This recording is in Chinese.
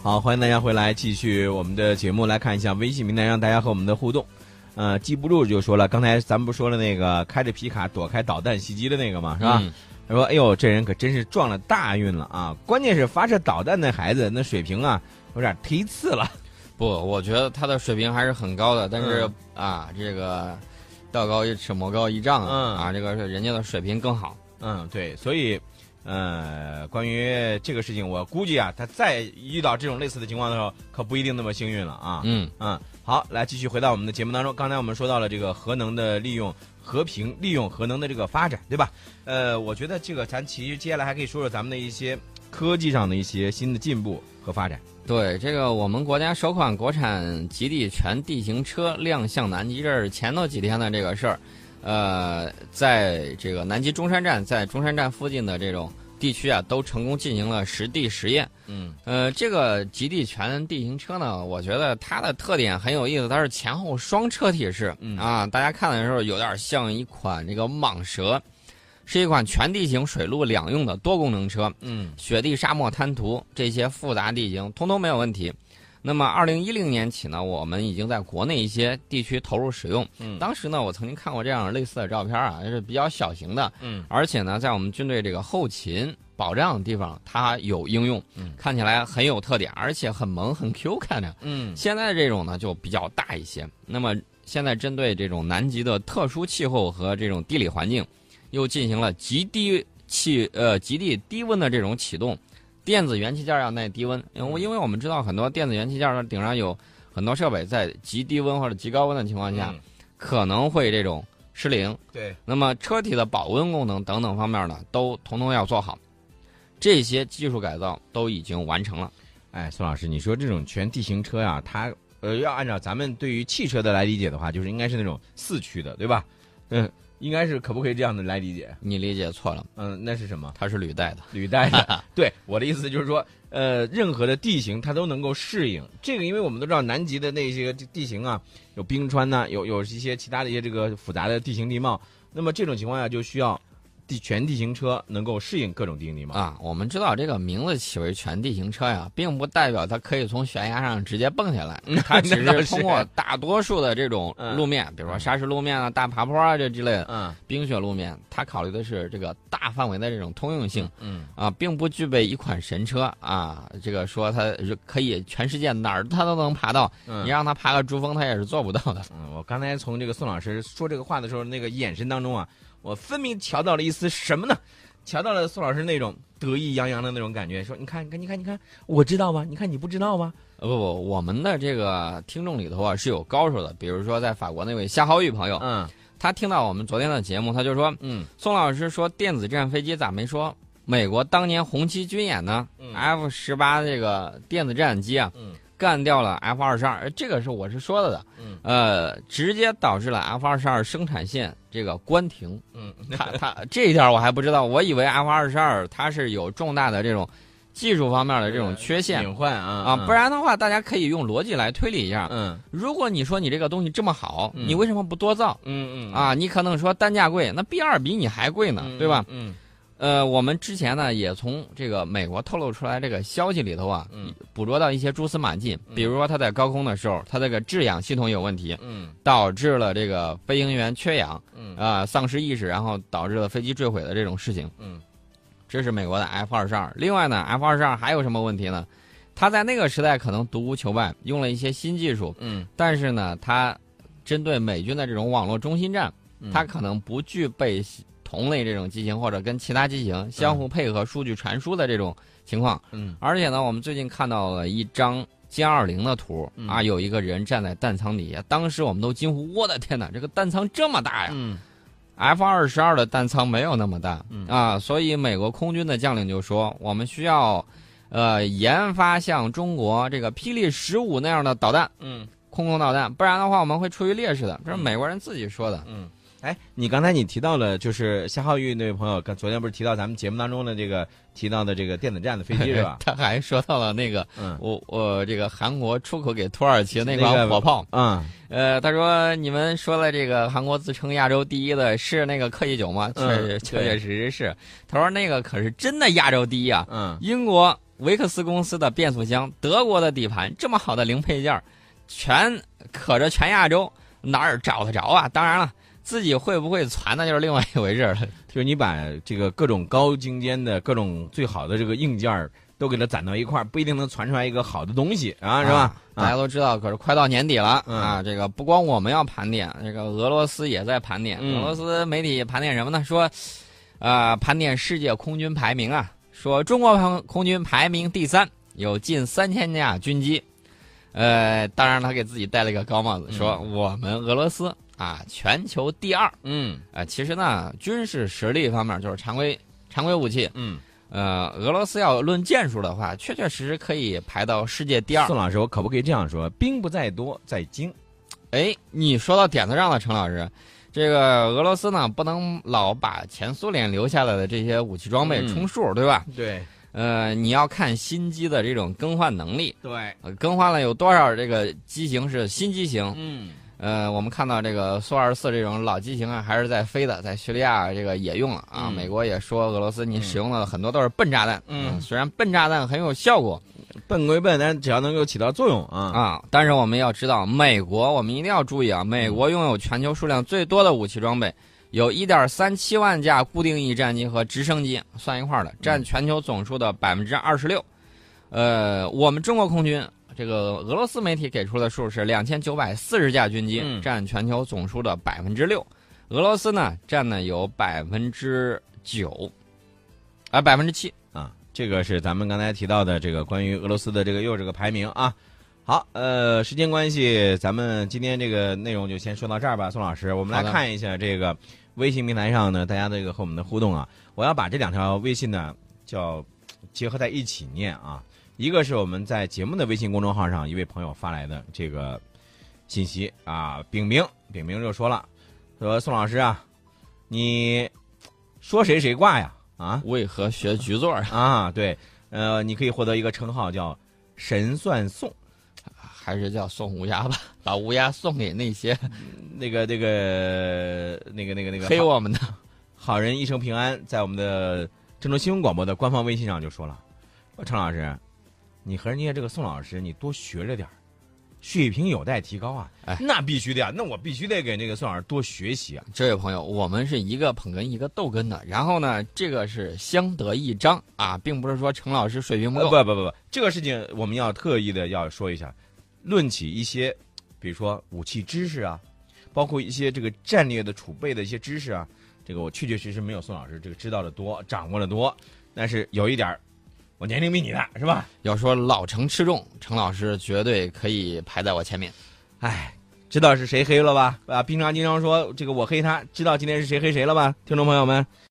好，欢迎大家回来继续我们的节目，来看一下微信平台上大家和我们的互动。记不住就说了，刚才咱们不说了那个开着皮卡躲开导弹袭击的那个嘛，是吧？他说：“哎呦，这人可真是撞了大运了啊！关键是发射导弹的孩子那水平啊，有点忒次了。” 不，我觉得他的水平还是很高的，但是这个道高一尺，魔高一丈这个人家的水平更好。 对，所以关于这个事情，我估计啊，他再遇到这种类似的情况的时候，可不一定那么幸运了啊。好，来继续回到我们的节目当中。刚才我们说到了这个核能的利用，和平利用核能的这个发展，对吧？我觉得这个咱其实接下来还可以说说咱们的一些科技上的一些新的进步和发展。 对，这个我们国家首款国产极地全地形车亮相南极，这是前头几天的这个事儿。在这个南极中山站，在中山站附近的这种地区啊，都成功进行了实地实验。这个极地全地形车呢，我觉得它的特点很有意思，它是前后双车体式大家看的时候有点像一款这个蟒蛇，是一款全地形水陆两用的多功能车。雪地、沙漠、滩涂这些复杂地形通通没有问题。那么2010年起呢，我们已经在国内一些地区投入使用。当时呢，我曾经看过这样类似的照片啊，是比较小型的。而且呢，在我们军队这个后勤保障的地方，它有应用。看起来很有特点，而且很萌很 Q 看着。现在这种呢就比较大一些。那么现在针对这种南极的特殊气候和这种地理环境，又进行了极地低温的这种启动。电子元器件要耐低温，因为我们知道很多电子元器件的顶上有很多设备在极低温或者极高温的情况下，可能会这种失灵。 对， 那么车体的保温功能等等方面呢，都统统要做好。这些技术改造都已经完成了。 哎，宋老师，你说这种全地形车呀，它要按照咱们对于汽车的来理解的话，就是应该是那种四驱的，对吧？应该是可不可以这样的来理解？ 你理解错了。 那是什么？ 它是履带的。 履带的。对，我的意思就是说，任何的地形它都能够适应。这个，因为我们都知道南极的那些地形啊，有冰川呐，有一些其他的一些这个复杂的地形地貌。那么这种情况下，就需要全地形车能够适应各种地形地貌啊。我们知道这个名字起为全地形车呀，并不代表它可以从悬崖上直接蹦下来，它只是通过大多数的这种路面，比如说砂石路面啊、大爬坡啊这之类的，冰雪路面，它考虑的是这个大范围的这种通用性，并不具备一款神车啊。这个说它可以全世界哪儿它都能爬到，你让它爬个珠峰，它也是做不到的。 我刚才从这个宋老师说这个话的时候，那个眼神当中啊，我分明瞧到了一丝什么呢？瞧到了宋老师那种得意洋洋的那种感觉，说你看，我知道吧？你看你不知道吧？ 不，我们的这个听众里头啊是有高手的，比如说在法国那位夏浩玉朋友，他听到我们昨天的节目，他就说，宋老师说电子战飞机咋没说美国当年红旗军演呢？F-18这个电子战机啊，干掉了 F-22，这个是我是说的，直接导致了 F-22生产线这个关停。它这一点我还不知道，我以为 F-22它是有重大的这种技术方面的这种缺陷隐患不然的话，大家可以用逻辑来推理一下。如果你说你这个东西这么好，你为什么不多造？你可能说单价贵，那 B2比你还贵呢，对吧？我们之前呢也从这个美国透露出来这个消息里头啊，捕捉到一些蛛丝马迹，比如说它在高空的时候，它这个制氧系统有问题，导致了这个飞行员缺氧，丧失意识，然后导致了飞机坠毁的这种事情。这是美国的 F-22。另外呢 ，F-22还有什么问题呢？它在那个时代可能独孤求败，用了一些新技术，但是呢，它针对美军的这种网络中心战，它可能不具备同类这种机型或者跟其他机型相互配合数据传输的这种情况。而且呢，我们最近看到了一张歼20的图有一个人站在弹舱底下，当时我们都惊呼：我的天哪，这个弹舱这么大呀！F-22的弹舱没有那么大所以美国空军的将领就说，我们需要研发像中国这个霹雳15那样的导弹，空导弹，不然的话我们会处于劣势的。这是美国人自己说的。 哎，你刚才提到了，就是夏浩玉那位朋友，昨天不是提到咱们节目当中的这个提到的这个电子战的飞机是吧？ 他还说到了那个，我这个韩国出口给土耳其的那款火炮，他说你们说了这个韩国自称亚洲第一的是那个克E9吗？确确实实是。他说那个可是真的亚洲第一啊！英国维克斯公司的变速箱，德国的底盘，这么好的零配件，全可着全亚洲，哪儿找得着啊？当然了，自己会不会传那就是另外一回事了。 就是你把这个各种高精尖的、各种最好的这个硬件都给它攒到一块儿，不一定能传出来一个好的东西啊，是吧？ 大家都知道，可是快到年底了啊，这个不光我们要盘点，这个俄罗斯也在盘点。俄罗斯媒体盘点什么呢？说，盘点世界空军排名啊，说中国空军排名第3，有近3000架军机。当然他给自己戴了一个高帽子，说我们俄罗斯啊，全球第2。其实呢，军事实力方面就是常规武器。俄罗斯要论件数的话，确确实实可以排到世界第2。 宋老师，我可不可以这样说？兵不在多，在精。 哎，你说到点子上了，陈老师。这个俄罗斯呢，不能老把前苏联留下来的这些武器装备充数，对吧？ 对。 你要看新机的这种更换能力。 对。 更换了有多少这个机型是新机型？我们看到这个苏24这种老机型啊，还是在飞的，在叙利亚这个也用了啊。美国也说俄罗斯你使用的很多都是笨炸弹。虽然笨炸弹很有效果， 笨归笨，但只要能够起到作用啊。 但是我们要知道，美国我们一定要注意啊，美国拥有全球数量最多的武器装备，有1.37万架固定翼战机和直升机，算一块儿的，占全球总数的26%。我们中国空军。这个俄罗斯媒体给出的数是2940架军机，占全球总数的6%。俄罗斯呢，占的有9%，7% 啊。这个是咱们刚才提到的这个关于俄罗斯的这个排名啊。好，时间关系，咱们今天这个内容就先说到这儿吧。宋老师，我们来看一下这个微信平台上呢，大家这个和我们的互动啊。我要把这2条微信呢，叫结合在一起念啊。一个是我们在节目的微信公众号上一位朋友发来的这个信息啊，丙明就说了，说宋老师啊，你说谁挂呀？啊， 为何学局座啊？对，你可以获得一个称号叫神算宋， 还是叫送乌鸦吧，把乌鸦送给那些那个黑我们的好人一生平安，在我们的郑州新闻广播的官方微信上就说了，陈老师。你和人家这个宋老师，你多学着点水平有待提高啊！那必须的呀，那我必须得给那个宋老师多学习啊！ 这位朋友，我们是一个捧哏一个逗哏的，然后呢，这个是相得益彰啊，并不是说陈老师水平不够。 不，这个事情我们要特意的要说一下，论起一些，比如说武器知识啊，包括一些这个战略的储备的一些知识啊，这个我确确实实没有宋老师这个知道的多，掌握的多，但是有一点。我年龄比你大，是吧？ 要说老成持重，陈老师绝对可以排在我前面。 知道是谁黑了吧？平常经常说这个我黑他，知道今天是谁黑谁了吧？听众朋友们。